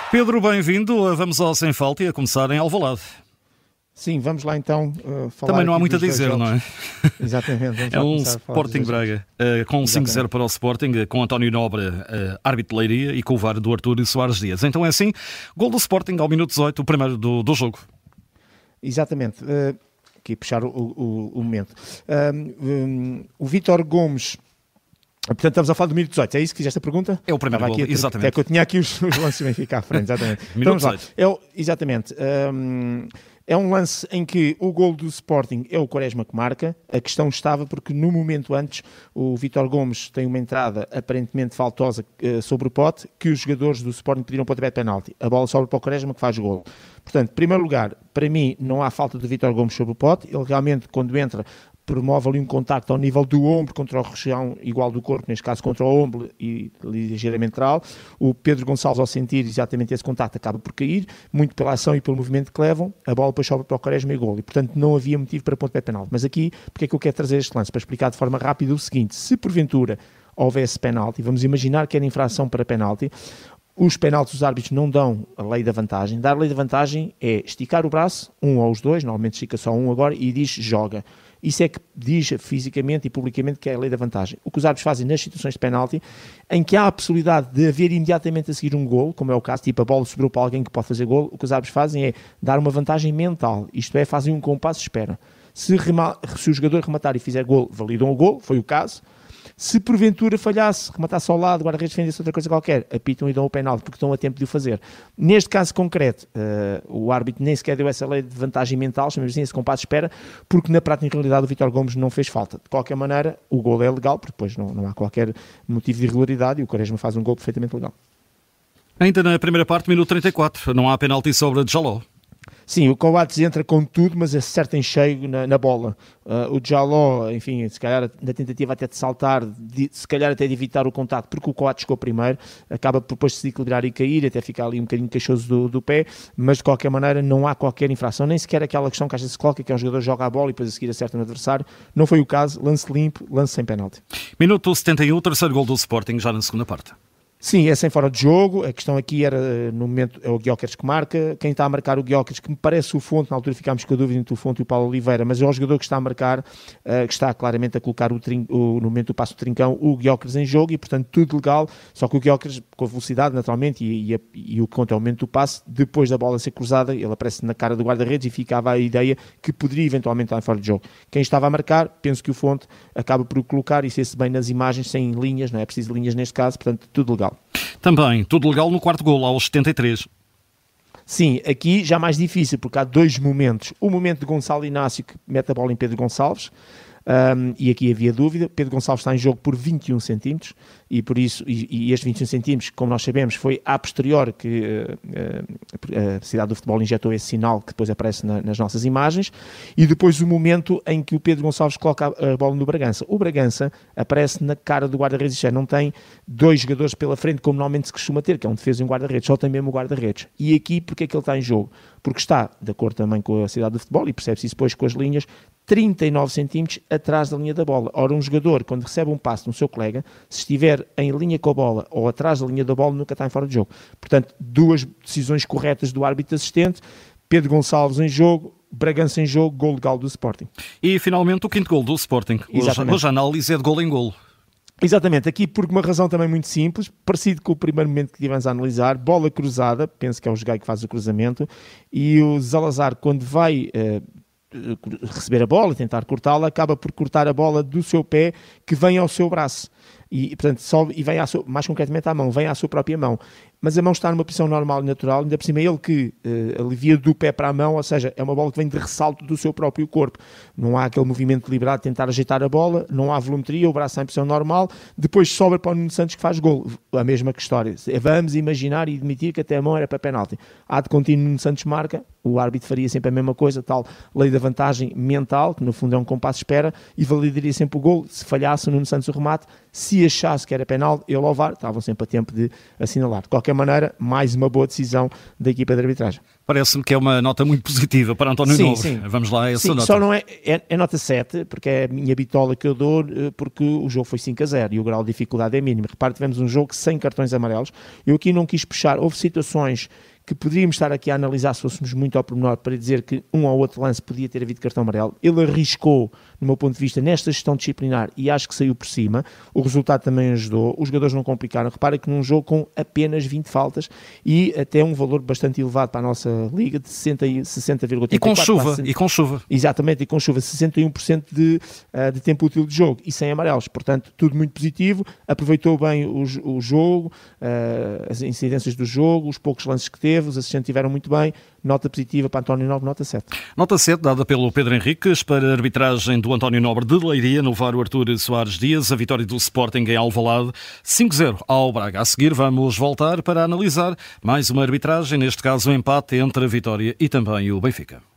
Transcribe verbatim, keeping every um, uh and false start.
Pedro, bem-vindo. Vamos ao Sem Falta e a começar em Alvalade. Sim, vamos lá então uh, falar. Também não há muito a dizer, não é? Exatamente. É um Sporting Braga, uh, com cinco a zero para o Sporting, uh, com António Nobre, uh, árbitro de Leiria, e com o V A R do Artur e Soares Dias. Então é assim, gol do Sporting ao minuto dezoito, o primeiro do, do jogo. Exatamente. Uh, aqui puxar o, o, o momento. Uh, um, o Vítor Gomes... Portanto, estamos a falar do minuto dezoito, é isso que fizeste a pergunta? É o primeiro gol, aqui, exatamente. É que eu tinha aqui os, os lances bem ficar à frente, exatamente. Minuto dezoito. É o, exatamente. Um, é um lance em que o gol do Sporting é o Quaresma que marca. A questão estava porque no momento antes o Vítor Gomes tem uma entrada aparentemente faltosa uh, sobre o pote, que os jogadores do Sporting pediram para o de penalti. A bola sobra para o Quaresma que faz o gol. Portanto, em primeiro lugar, para mim não há falta de Vítor Gomes sobre o pote. Ele realmente, quando entra, promove ali um contacto ao nível do ombro contra a região igual do corpo, neste caso contra o ombro e ligeiramente lateral. O Pedro Gonçalves, ao sentir exatamente esse contacto, acaba por cair, muito pela ação e pelo movimento que levam, a bola depois sobe para o Quaresma e gol. E, portanto, não havia motivo para pontapé penal. Mas aqui, porque é que eu quero trazer este lance? Para explicar de forma rápida o seguinte: se porventura houvesse penalti, vamos imaginar que era infração para penalti, os penaltis os árbitros não dão a lei da vantagem. Dar a lei da vantagem é esticar o braço, um ou os dois, normalmente estica só um agora, e diz joga. Isso é que diz fisicamente e publicamente que é a lei da vantagem. O que os árbitros fazem nas situações de penalti, em que há a possibilidade de haver imediatamente a seguir um golo, como é o caso, tipo a bola sobrou para alguém que pode fazer golo, o que os árbitros fazem é dar uma vantagem mental, isto é, fazem um compasso de espera. Se, rema, se o jogador rematar e fizer golo, validam o golo, foi o caso. Se porventura falhasse, rematasse ao lado, guarda-redes defendesse outra coisa qualquer, apitam e dão o penalti porque estão a tempo de o fazer. Neste caso concreto, uh, o árbitro nem sequer deu essa lei de vantagem mental, chamamos assim, esse compasso de espera, porque na prática, em realidade, o Vítor Gomes não fez falta. De qualquer maneira, o gol é legal, porque depois não, não há qualquer motivo de irregularidade e o Quaresma faz um gol perfeitamente legal. Ainda na primeira parte, minuto trinta e quatro, não há penalti sobre Jaló. Sim, o Coates entra com tudo, mas acerta em cheio na, na bola. Uh, o Jaló, enfim, se calhar na tentativa até de saltar, de, se calhar até de evitar o contacto, porque o Coates chegou primeiro, acaba por depois se equilibrar e cair, até ficar ali um bocadinho queixoso do, do pé, mas de qualquer maneira não há qualquer infração, nem sequer aquela questão que às vezes se coloca, que é um jogador joga a bola e depois a seguir acerta no adversário. Não foi o caso, lance limpo, lance sem penalti. Minuto setenta e um, terceiro gol do Sporting, já na segunda parte. Sim, é sem fora de jogo. A questão aqui era, no momento, é o Gyökeres que marca. Quem está a marcar o Gyökeres, que me parece o Fonte, na altura ficámos com a dúvida entre o Fonte e o Paulo Oliveira, mas é o jogador que está a marcar, uh, que está claramente a colocar o, trin- o no momento do passo do trincão, o Gyökeres em jogo, e portanto tudo legal, só que o Gyökeres, com a velocidade naturalmente, e, e, a, e o que conta é o momento do passe, depois da bola ser cruzada, ele aparece na cara do guarda-redes e ficava a ideia que poderia eventualmente estar fora de jogo. Quem estava a marcar, penso que o Fonte acaba por colocar, e se bem nas imagens, sem linhas, não é preciso linhas neste caso, portanto tudo legal. Também, tudo legal no quarto golo, aos setenta e três. Sim, aqui já mais difícil, porque há dois momentos. O momento de Gonçalo Inácio, que mete a bola em Pedro Gonçalves, um, e aqui havia dúvida. Pedro Gonçalves está em jogo por vinte e um centímetros, e por isso, e, e estes vinte e um centímetros, como nós sabemos, foi a posterior que uh, uh, a Cidade do Futebol injetou esse sinal que depois aparece na, nas nossas imagens, e depois o momento em que o Pedro Gonçalves coloca a, a bola no Bragança. O Bragança aparece na cara do guarda-redes, já não tem dois jogadores pela frente, como normalmente se costuma ter, que é um defesa e um guarda-redes, só tem mesmo o guarda-redes. E aqui, porque é que ele está em jogo? Porque está, de acordo também com a Cidade do Futebol, e percebe-se isso depois com as linhas, trinta e nove centímetros atrás da linha da bola. Ora, um jogador, quando recebe um passe no seu colega, se estiver em linha com a bola ou atrás da linha da bola, nunca está em fora de jogo. Portanto, duas decisões corretas do árbitro assistente, Pedro Gonçalves em jogo, Bragança em jogo, gol legal do Sporting. E finalmente o quinto gol do Sporting. Exatamente. Hoje a análise é de golo em golo. Exatamente, aqui por uma razão também muito simples, parecido com o primeiro momento que tivemos a analisar, bola cruzada, penso que é o Jogai que faz o cruzamento, e o Zalazar, quando vai uh, receber a bola, tentar cortá-la, acaba por cortar a bola do seu pé que vem ao seu braço. E, portanto, sobe e vem à sua, mais concretamente à mão, vem à sua própria mão. Mas a mão está numa posição normal e natural, ainda por cima é ele que uh, alivia do pé para a mão, ou seja, é uma bola que vem de ressalto do seu próprio corpo. Não há aquele movimento deliberado de tentar ajeitar a bola, não há volumetria, o braço está em posição normal, depois sobra para o Nuno Santos que faz gol. A mesma história. Vamos imaginar e admitir que até a mão era para penalti. Há de contínuo Nuno Santos marca, o árbitro faria sempre a mesma coisa, tal lei da vantagem mental, que no fundo é um compasso de espera, e validaria sempre o gol. Se falhasse o Nuno Santos o remate, se achasse que era penalti, ele ao V A R, estavam sempre a tempo de assinalar. De qualquer qualquer maneira, mais uma boa decisão da equipa de arbitragem. Parece-me que é uma nota muito positiva para António sim, Nobre. Sim. Vamos lá a essa sim, nota. Só não é, é, é nota sete, porque é a minha bitola que eu dou, porque o jogo foi cinco a zero e o grau de dificuldade é mínimo. Repare, tivemos um jogo sem cartões amarelos. Eu aqui não quis puxar, houve situações que poderíamos estar aqui a analisar se fôssemos muito ao pormenor para dizer que um ou outro lance podia ter havido cartão amarelo. Ele arriscou, no meu ponto de vista, nesta gestão disciplinar e acho que saiu por cima. O resultado também ajudou. Os jogadores não complicaram. Repara que num jogo com apenas vinte faltas e até um valor bastante elevado para a nossa liga de sessenta vírgula oitenta e quatro. E com chuva, e com chuva. Exatamente, e com chuva, sessenta e um por cento de, uh, de tempo útil de jogo e sem amarelos. Portanto, tudo muito positivo. Aproveitou bem o, o jogo, uh, as incidências do jogo, os poucos lances que teve. Os assistentes tiveram muito bem. Nota positiva para António Nobre, nota sete. Nota sete, dada pelo Pedro Henriques, para a arbitragem do António Nobre de Leiria, no V A R o Artur Soares Dias, a vitória do Sporting em Alvalade, cinco a zero ao Braga. A seguir vamos voltar para analisar mais uma arbitragem, neste caso o empate entre a Vitória e também o Benfica.